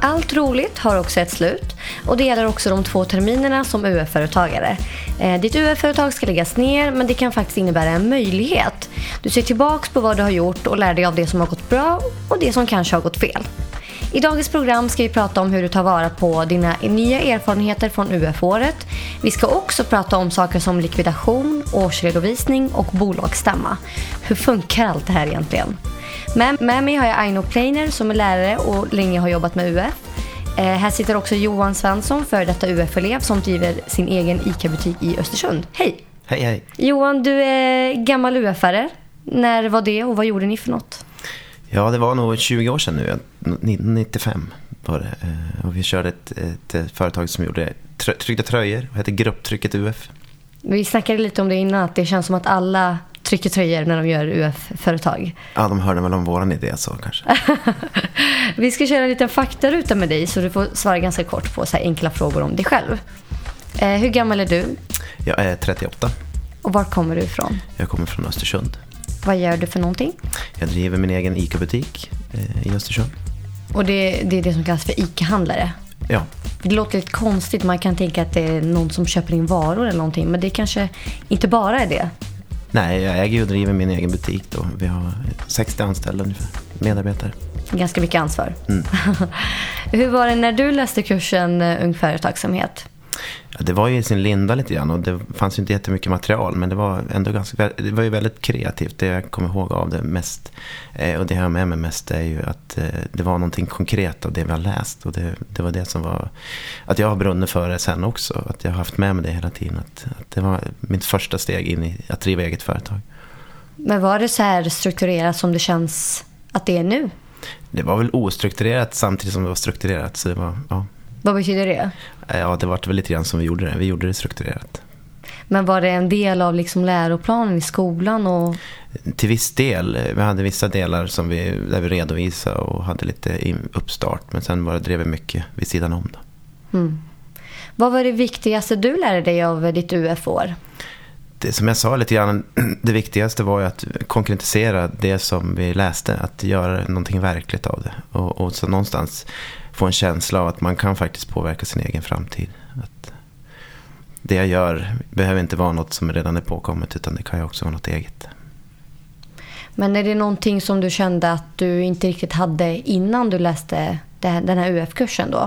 Allt roligt har också ett slut och det gäller också de 2 terminerna som UF-företagare. Ditt UF-företag ska läggas ner, men det kan faktiskt innebära en möjlighet. Du ser tillbaka på vad du har gjort och lär dig av det som har gått bra och det som kanske har gått fel. I dagens program ska vi prata om hur du tar vara på dina nya erfarenheter från UF-året. Vi ska också prata om saker som likvidation, årsredovisning och bolagsstämma. Hur funkar allt det här egentligen? Med mig har jag Aino Pleiner som är lärare och länge har jobbat med UF. Här sitter också Johan Svensson, för detta UF-elev som driver sin egen ICA-butik i Östersund. Hej! Hej! Johan, du är gammal UF-are. När var det och vad gjorde ni för något? Ja, det var nog 20 år sedan nu. 1995 var det. Och vi körde ett företag som gjorde tryckta tröjor och hette Grupptrycket UF. Vi snackade lite om det innan, att det känns som att alla trycker tröjor när de gör UF-företag. Ja, de hörde väl om våran idé så kanske. Vi ska köra en liten faktaruta med dig så du får svara ganska kort på så här enkla frågor om dig själv. Hur gammal är du? Jag är 38. Och var kommer du ifrån? Jag kommer från Östersund. Vad gör du för någonting? Jag driver min egen ICA-butik i Östersund. Och det är det som kallas för ICA-handlare? Ja. Det låter lite konstigt, man kan tänka att det är någon som köper in varor eller någonting, men det kanske inte bara är det. Nej, jag äger och driver min egen butik då. Vi har 60 anställda ungefär, medarbetare. Ganska mycket ansvar. Hur var det när du läste kursen Ung Företagsamhet? Ja, det var ju i sin linda lite grann och det fanns ju inte jättemycket material, men det var ändå det var ju väldigt kreativt. Det jag kommer ihåg av det mest och det jag har med mig mest är ju att det var någonting konkret av det vi har läst, och det var det som var att jag har brunnit för det sen också, att jag har haft med mig det hela tiden, att det var mitt första steg in i att driva eget företag. Men var det så här strukturerat som det känns att det är nu? Det var väl ostrukturerat samtidigt som det var strukturerat, så det var, ja. Vad betyder det? Ja, det var väl lite grann som vi gjorde det. Vi gjorde det strukturerat. Men var det en del av liksom läroplanen i skolan? Och... Till viss del. Vi hade vissa delar där vi redovisade och hade lite uppstart. Men sen drev vi mycket vid sidan om. Då. Vad var det viktigaste du lärde dig av ditt UF-år? Det som jag sa lite grann, det viktigaste var ju att konkretisera det som vi läste. Att göra någonting verkligt av det. Och så någonstans få en känsla av att man kan faktiskt påverka sin egen framtid. Att det jag gör behöver inte vara något som redan är påkommet, utan det kan ju också vara något eget. Men är det någonting som du kände att du inte riktigt hade innan du läste den här UF-kursen då?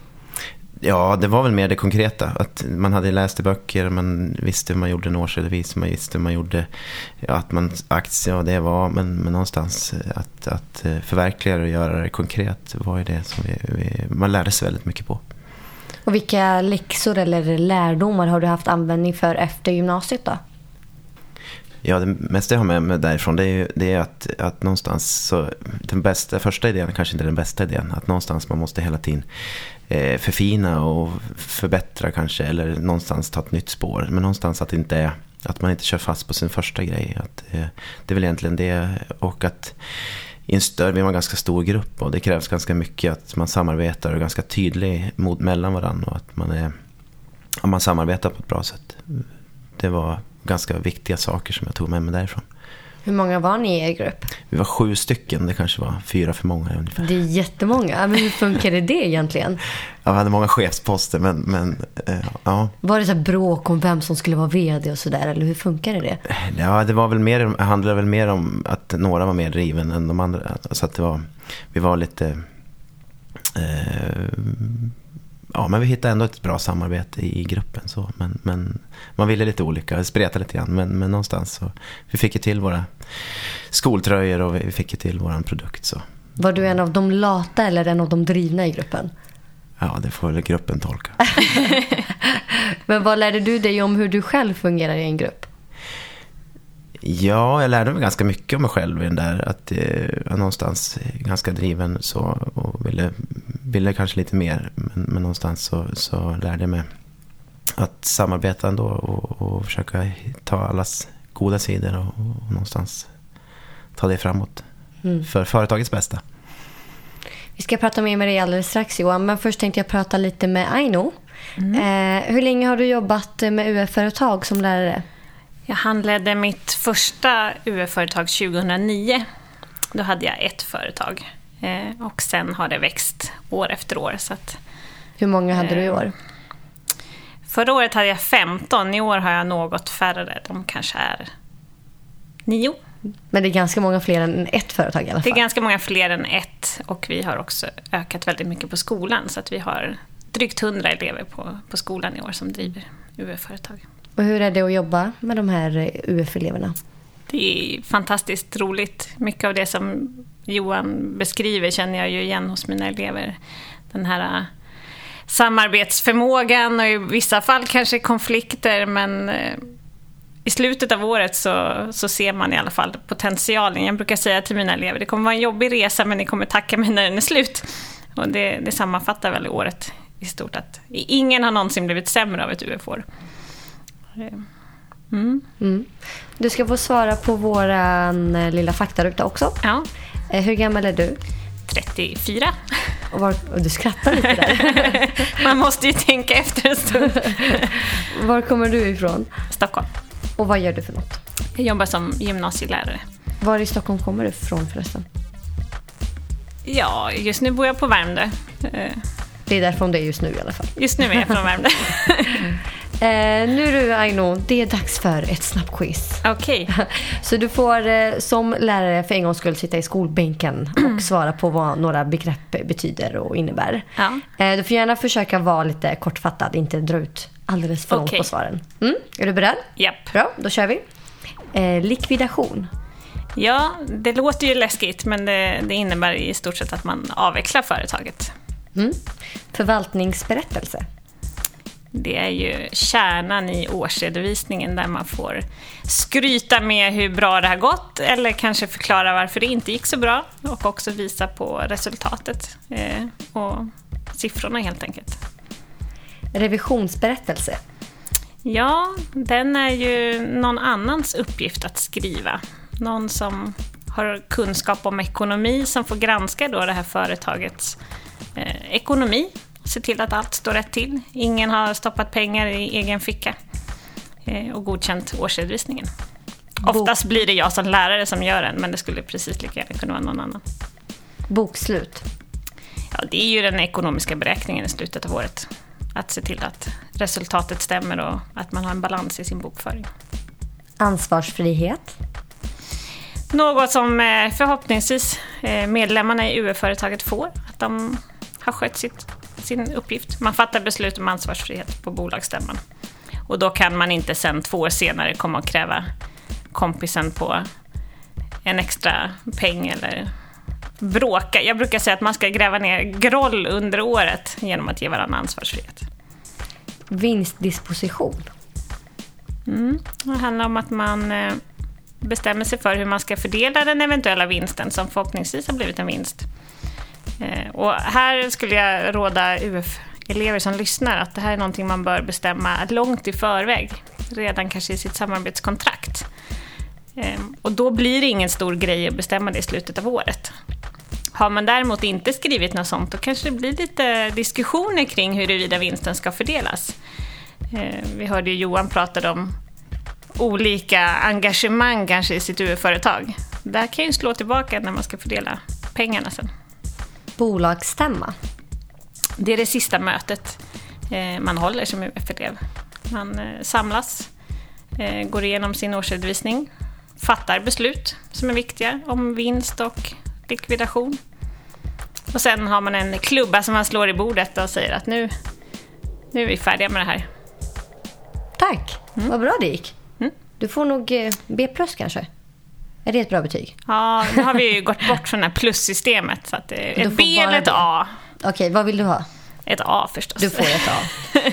Ja, det var väl mer det konkreta. Att man hade läst i böcker, man visste hur man gjorde en årsredovisning, man visste hur man gjorde att man aktier, och det var, men någonstans att förverkliga och göra det konkret var ju det som man lärde sig väldigt mycket på. Och vilka läxor eller lärdomar har du haft användning för efter gymnasiet då? Ja, det mesta jag har med mig därifrån det är att någonstans så första idén kanske inte är den bästa idén, att någonstans man måste hela tiden förfina och förbättra kanske, eller någonstans ta ett nytt spår, men någonstans att man inte kör fast på sin första grej, att det är väl egentligen det, och att vi är en ganska stor grupp och det krävs ganska mycket att man samarbetar och är ganska tydlig mellan varandra, och att man samarbetar på ett bra sätt. Det var ganska viktiga saker som jag tog med mig därifrån. Hur många var ni i er grupp? Vi var 7 stycken, det kanske var 4 för många ungefär. Det är jättemånga, men hur funkade det egentligen? Jag hade många chefsposter, men ja. Var det så här bråk om vem som skulle vara vd och sådär, eller hur funkade det? Ja, det handlade väl mer om att några var mer driven än de andra. Så att vi var lite... Ja, men vi hittade ändå ett bra samarbete i gruppen så, men man ville lite olika, spreta lite grann, men någonstans så vi fick ju till våra skoltröjor och vi fick ju till våran produkt så. Var du en av de lata eller en av de drivna i gruppen? Ja, det får väl gruppen tolka. Men vad lärde du dig om hur du själv fungerar i en grupp? Ja, jag lärde mig ganska mycket om mig själv i den där, att jag någonstans ganska driven så, och ville kanske lite mer, men någonstans så lärde jag mig att samarbeta ändå och försöka ta allas goda sidor och någonstans ta det framåt för företagets bästa. Vi ska prata mer med dig alldeles strax, Johan, men först tänkte jag prata lite med Aino. Hur länge har du jobbat med UF-företag som lärare? Jag handledde mitt första UF-företag 2009. Då hade jag ett företag. Och sen har det växt år efter år. Så att, Hur många hade du i år? Förra året hade jag 15, i år har jag något färre. De kanske är 9. Men det är ganska många fler än ett företag i alla fall. Det är ganska många fler än ett, och vi har också ökat väldigt mycket på skolan. Så att vi har drygt 100 elever på skolan i år som driver UF-företag. Och hur är det att jobba med de här UF-eleverna? Det är fantastiskt roligt. Mycket av det som Johan beskriver känner jag ju igen hos mina elever. Den här samarbetsförmågan och i vissa fall kanske konflikter, men i slutet av året så ser man i alla fall potentialen. Jag brukar säga till mina elever, det kommer vara en jobbig resa, men ni kommer tacka mig när den är slut. Och det sammanfattar väl året i stort, att ingen har någonsin blivit sämre av ett UF-år. Du ska få svara på våran lilla faktaruta också. Ja. Hur gammal är du? 34. Och du skrattar lite där. Man måste ju tänka efter en stund. Var kommer du ifrån? Stockholm. Och vad gör du för något? Jag jobbar som gymnasielärare. Var i Stockholm kommer du ifrån förresten? Ja, just nu bor jag på Värmdö. Det är därifrån det är just nu i alla fall. Just nu är jag från Värmdö. Nu du Aino, det är dags för ett snabbquiz. Okej. Så du får som lärare för en gångs skull sitta i skolbänken och svara på vad några begrepp betyder och innebär. Ja. Du får gärna försöka vara lite kortfattad, inte dra ut alldeles för långt på svaren. Är du beredd? Japp. Bra, då kör vi. Likvidation. Ja, det låter ju läskigt, men det innebär i stort sett att man avvecklar företaget. Förvaltningsberättelse. Det är ju kärnan i årsredovisningen, där man får skryta med hur bra det har gått, eller kanske förklara varför det inte gick så bra, och också visa på resultatet och siffrorna helt enkelt. Revisionsberättelse. Ja, den är ju någon annans uppgift att skriva. Någon som har kunskap om ekonomi, som får granska då det här företagets ekonomi. Se till att allt står rätt till. Ingen har stoppat pengar i egen ficka. Och godkänt årsredovisningen. Oftast blir det jag som lärare som gör den, men det skulle precis lika gärna kunna vara någon annan. Bokslut. Ja, det är ju den ekonomiska beräkningen i slutet av året. Att se till att resultatet stämmer och att man har en balans i sin bokföring. Ansvarsfrihet. Något som förhoppningsvis medlemmarna i UF-företaget får. Att de har skött sin uppgift. Man fattar beslut om ansvarsfrihet på bolagsstämman. Och då kan man inte sen 2 år senare komma och kräva kompisen på en extra peng eller bråka. Jag brukar säga att man ska gräva ner groll under året genom att ge varandra ansvarsfrihet. Vinstdisposition. Det handlar om att man bestämmer sig för hur man ska fördela den eventuella vinsten som förhoppningsvis har blivit en vinst. Och här skulle jag råda UF-elever som lyssnar att det här är någonting man bör bestämma långt i förväg, redan kanske i sitt samarbetskontrakt. Och då blir det ingen stor grej att bestämma det i slutet av året. Har man däremot inte skrivit något sånt, då kanske det blir lite diskussioner kring huruvida vinsten ska fördelas. Vi hörde ju Johan pratade om olika engagemang kanske i sitt UF-företag. Där kan ju slå tillbaka när man ska fördela pengarna sen. Bolagsstämma. Det är det sista mötet man håller som UF-elev. Man samlas, går igenom sin årsredovisning, fattar beslut som är viktiga om vinst och likvidation. Och sen har man en klubba som man slår i bordet och säger att nu är vi färdiga med det här. Tack, vad bra det gick. Du får nog B+ kanske. Är det ett bra betyg? Ja, nu har vi ju gått bort från det här plussystemet. Så att ett B eller ett A. Okej, vad vill du ha? Ett A förstås. Du får ett A.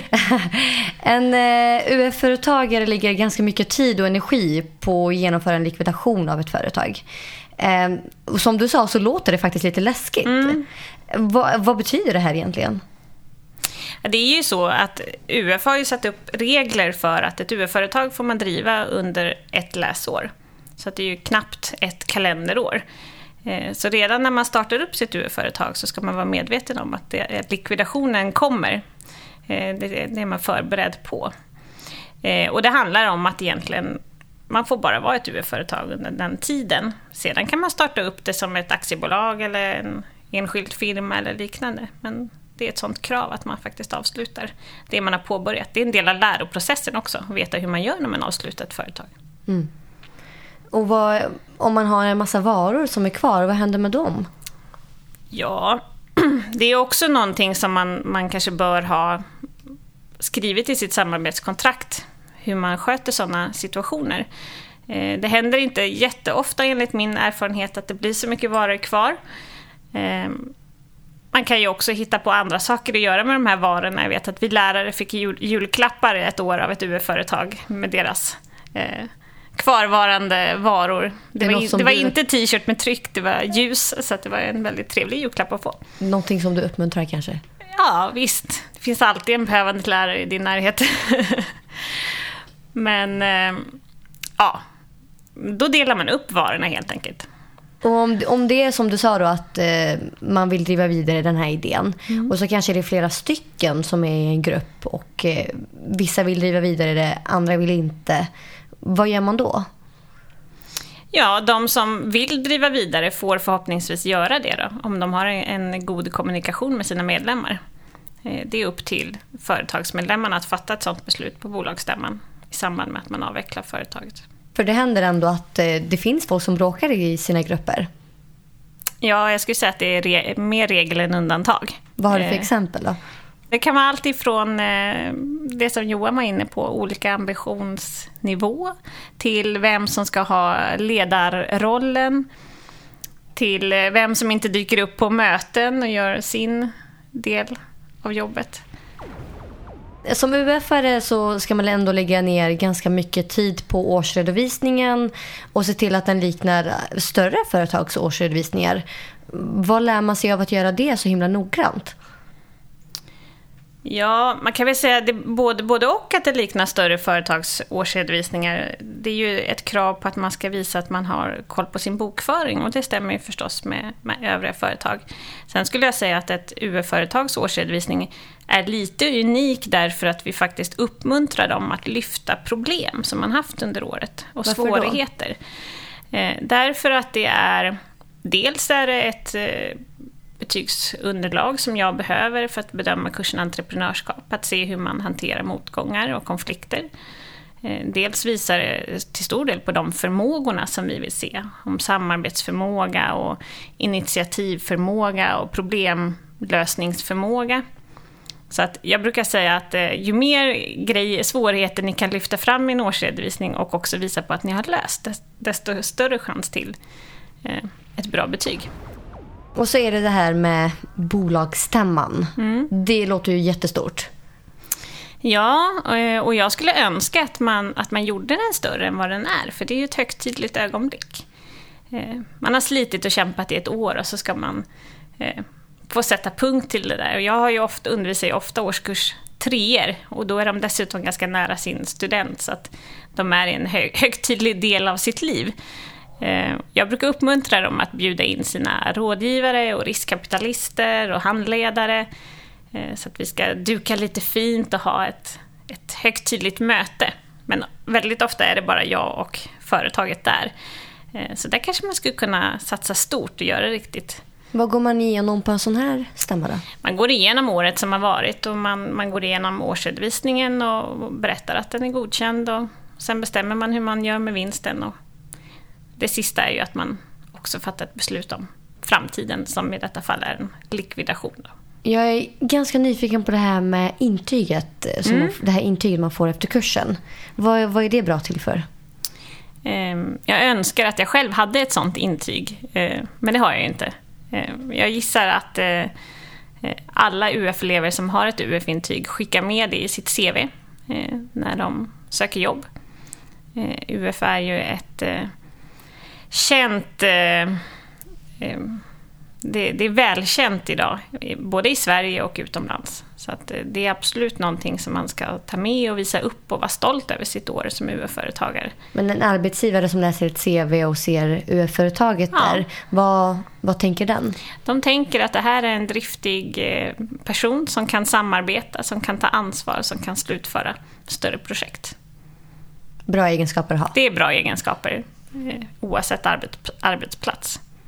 En UF-företagare lägger ganska mycket tid och energi på att genomföra en likvidation av ett företag. Och som du sa så låter det faktiskt lite läskigt. Vad betyder det här egentligen? Det är ju så att UF har ju satt upp regler för att ett UF-företag får man driva under ett läsår. Så att det är ju knappt ett kalenderår. Så redan när man startar upp sitt UF-företag så ska man vara medveten om att likvidationen kommer. Det är man förberedd på. Och det handlar om att egentligen man får bara vara ett UF-företag under den tiden. Sedan kan man starta upp det som ett aktiebolag eller en enskild firma eller liknande. Men det är ett sånt krav att man faktiskt avslutar det man har påbörjat. Det är en del av läroprocessen också, att veta hur man gör när man avslutar ett företag. Mm. Och om man har en massa varor som är kvar, vad händer med dem? Ja, det är också någonting som man kanske bör ha skrivit i sitt samarbetskontrakt, hur man sköter sådana situationer. Det händer inte jätteofta enligt min erfarenhet att det blir så mycket varor kvar. Man kan ju också hitta på andra saker att göra med de här varorna. Jag vet att vi lärare fick julklappar ett år av ett UF-företag med deras kvarvarande varor. Det var inte t-shirt med tryck, det var ljus, så att det var en väldigt trevlig julklapp att få. Någonting som du uppmuntrar kanske? Ja, visst. Det finns alltid en behövande lärare i din närhet. Men ja, då delar man upp varorna helt enkelt. Och om det är som du sa då, att man vill driva vidare den här idén, och så kanske det är flera stycken som är i en grupp och vissa vill driva vidare det, andra vill inte. Vad gör man då? Ja, de som vill driva vidare får förhoppningsvis göra det då, om de har en god kommunikation med sina medlemmar. Det är upp till företagsmedlemmarna att fatta ett sådant beslut på bolagsstämman i samband med att man avvecklar företaget. För det händer ändå att det finns folk som bråkar i sina grupper. Ja, jag skulle säga att det är mer regel än undantag. Vad har du för exempel då? Det kan vara allt ifrån det som Johan var inne på, olika ambitionsnivå, till vem som ska ha ledarrollen, till vem som inte dyker upp på möten och gör sin del av jobbet. Som UF-are så ska man ändå lägga ner ganska mycket tid på årsredovisningen och se till att den liknar större företags årsredovisningar. Vad lär man sig av att göra det så himla noggrant? Ja, man kan väl säga det både och, att det liknar större företags årsredovisningar. Det är ju ett krav på att man ska visa att man har koll på sin bokföring, och det stämmer ju förstås med övriga företag. Sen skulle jag säga att ett UF-företags årsredovisning är lite unik därför att vi faktiskt uppmuntrar dem att lyfta problem som man haft under året och varför svårigheter. Därför att dels är det ett betygsunderlag som jag behöver för att bedöma kursen entreprenörskap, att se hur man hanterar motgångar och konflikter. Dels visar det till stor del på de förmågorna som vi vill se, om samarbetsförmåga och initiativförmåga och problemlösningsförmåga. Så att jag brukar säga att ju mer svårigheter ni kan lyfta fram i en årsredovisning och också visa på att ni har löst, desto större chans till ett bra betyg. Och så är det här med bolagsstämman. Det låter ju jättestort. Ja, och jag skulle önska att man gjorde den större än vad den är. För det är ju ett högtidligt ögonblick. Man har slitit och kämpat i ett år och så ska man få sätta punkt till det där. Och jag har ju undervisar årskurs 3, och då är de dessutom ganska nära sin student, så att de är i en högtidlig del av sitt liv. Jag brukar uppmuntra dem att bjuda in sina rådgivare och riskkapitalister och handledare, så att vi ska duka lite fint och ha ett högtidligt möte. Men väldigt ofta är det bara jag och företaget där. Så där kanske man skulle kunna satsa stort och göra riktigt. Vad går man igenom på en sån här stämma då? Man går igenom året som har varit, och man går igenom årsredovisningen och berättar att den är godkänd, och sen bestämmer man hur man gör med vinsten, och det sista är ju att man också fattar ett beslut om framtiden, som i detta fall är en likvidation då. Jag är ganska nyfiken på det här med intyget, det här intyget man får efter kursen. Vad är det bra till för? Jag önskar att jag själv hade ett sånt intyg, men det har jag inte. Jag gissar att alla UF-elever som har ett UF-intyg skickar med det i sitt CV när de söker jobb. UF är ju ett känt... Det är välkänt idag, både i Sverige och utomlands. Så att det är absolut någonting som man ska ta med och visa upp och vara stolt över sitt år som UF-företagare. Men en arbetsgivare som läser ett CV och ser UF-företaget där, vad tänker den? De tänker att det här är en driftig person som kan samarbeta, som kan ta ansvar, som kan slutföra större projekt. Bra egenskaper att ha. Det är bra egenskaper, oavsett arbetsplats.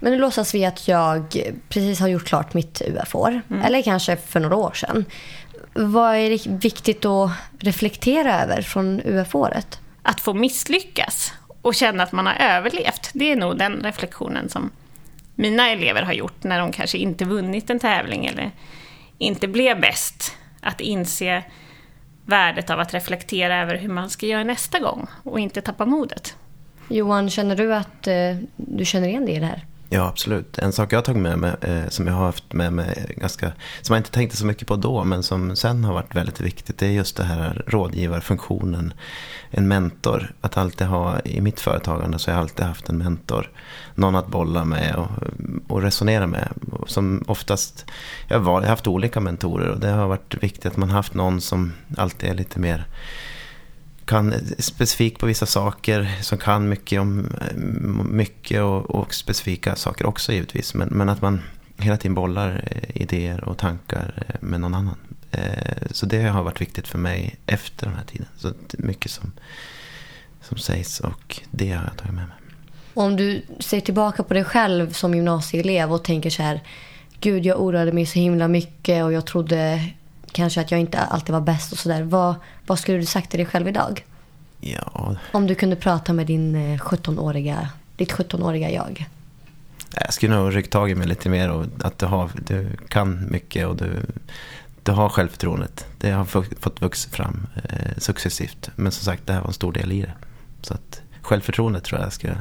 Men nu låtsas vi att jag precis har gjort klart mitt UF-år. Eller kanske för några år sedan. Vad är viktigt att reflektera över från UF-året? Att få misslyckas och känna att man har överlevt. Det är nog den reflektionen som mina elever har gjort när de kanske inte vunnit en tävling eller inte blev bäst. Att inse värdet av att reflektera över hur man ska göra nästa gång och inte tappa modet. Johan, känner du att du känner igen det i det här? Ja, absolut. En sak jag har tagit med mig, som jag har haft med mig ganska, som jag inte tänkte så mycket på då, men som sen har varit väldigt viktigt, det är just det här rådgivarfunktionen, en mentor. Att alltid ha, i mitt företagande så har jag alltid haft en mentor, någon att bolla med och resonera med. Som oftast, jag har haft olika mentorer och det har varit viktigt att man har haft någon som alltid är lite mer kan specifikt på vissa saker, som kan mycket om mycket och specifika saker också givetvis, men att man hela tiden bollar idéer och tankar med någon annan. Så det har varit viktigt för mig efter den här tiden. Så mycket som sägs, och det har jag tagit med mig. Om du ser tillbaka på dig själv som gymnasieelev och tänker så här: gud, jag oroade mig så himla mycket och jag trodde kanske att jag inte alltid var bäst och sådär. Vad skulle du sagt till dig själv idag? Ja. Om du kunde prata med ditt 17-åriga jag. Jag skulle nog rycka tag i mig lite mer, och att du kan mycket och du har självförtroendet. Det har fått vuxa fram successivt. Men som sagt, det här var en stor del i det. Så att självförtroendet tror jag skulle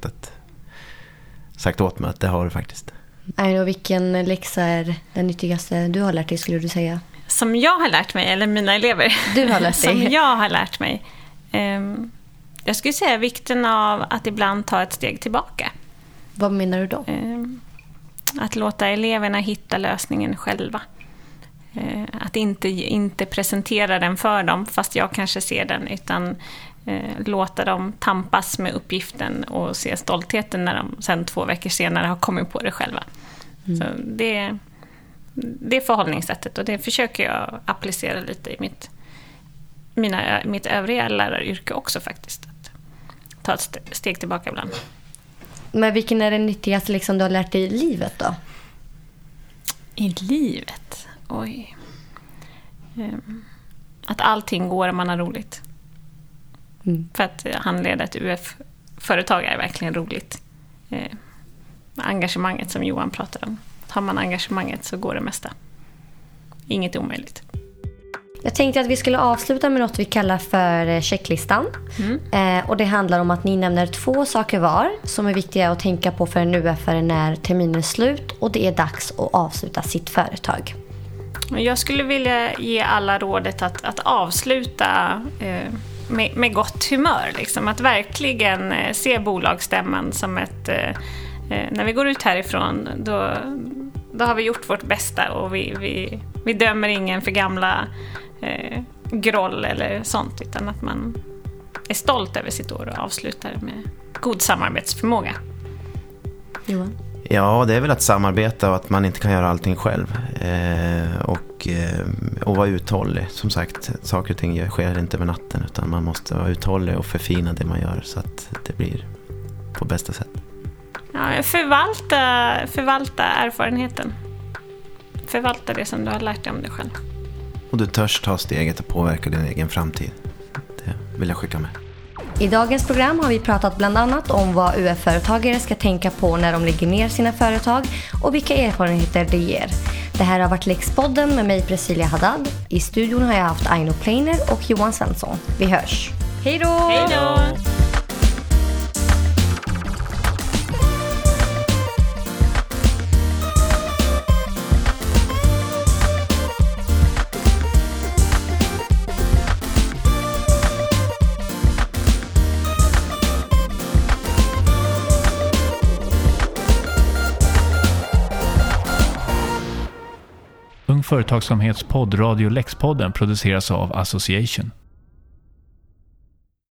sagt åt mig att det har du faktiskt. Och vilken läxa är den nyttigaste du har lärt dig, skulle du säga? Som jag har lärt mig, eller mina elever? Du har lärt dig. Som jag har lärt mig. Jag skulle säga vikten av att ibland ta ett steg tillbaka. Vad menar du då? Att låta eleverna hitta lösningen själva. Att inte presentera den för dem fast jag kanske ser den, utan låta dem tampas med uppgiften och se stoltheten när de sen 2 veckor senare har kommit på det själva. Så det förhållningssättet, och det försöker jag applicera lite i mitt övriga läraryrke också faktiskt. Att ta ett steg tillbaka ibland. Men vilken är den nyttigaste liksom du har lärt dig i livet då? I livet? Oj. Att allting går om man har roligt. För att handleda ett UF-företag är verkligen roligt. Engagemanget som Johan pratade om. Har man engagemanget så går det mesta. Inget är omöjligt. Jag tänkte att vi skulle avsluta med något vi kallar för checklistan. Och det handlar om att ni nämner 2 saker var som är viktiga att tänka på för en UF-are när terminen är slut och det är dags att avsluta sitt företag. Jag skulle vilja ge alla rådet att avsluta med gott humör. Liksom. Att verkligen se bolagsstämman som ett... när vi går ut härifrån, då har vi gjort vårt bästa och vi dömer ingen för gamla groll eller sånt, utan att man är stolt över sitt år och avslutar med god samarbetsförmåga. Johan? Ja, det är väl att samarbeta och att man inte kan göra allting själv. Och vara uthållig. Som sagt, saker och ting sker inte över natten, utan man måste vara uthållig och förfina det man gör så att det blir på bästa sätt. Ja, förvalta erfarenheten. Förvalta det som du har lärt dig om dig själv. Och du törs ta steget och påverka din egen framtid. Det vill jag skicka med. I dagens program har vi pratat bland annat om vad UF-företagare ska tänka på när de lägger ner sina företag och vilka erfarenheter det ger. Det här har varit Lexpodden med mig, Priscilla Haddad. I studion har jag haft Aino Pleiner och Johan Svensson. Vi hörs. Hej då! Hej då! Ung företagsamhetspodd Radio Lexpodden produceras av Association.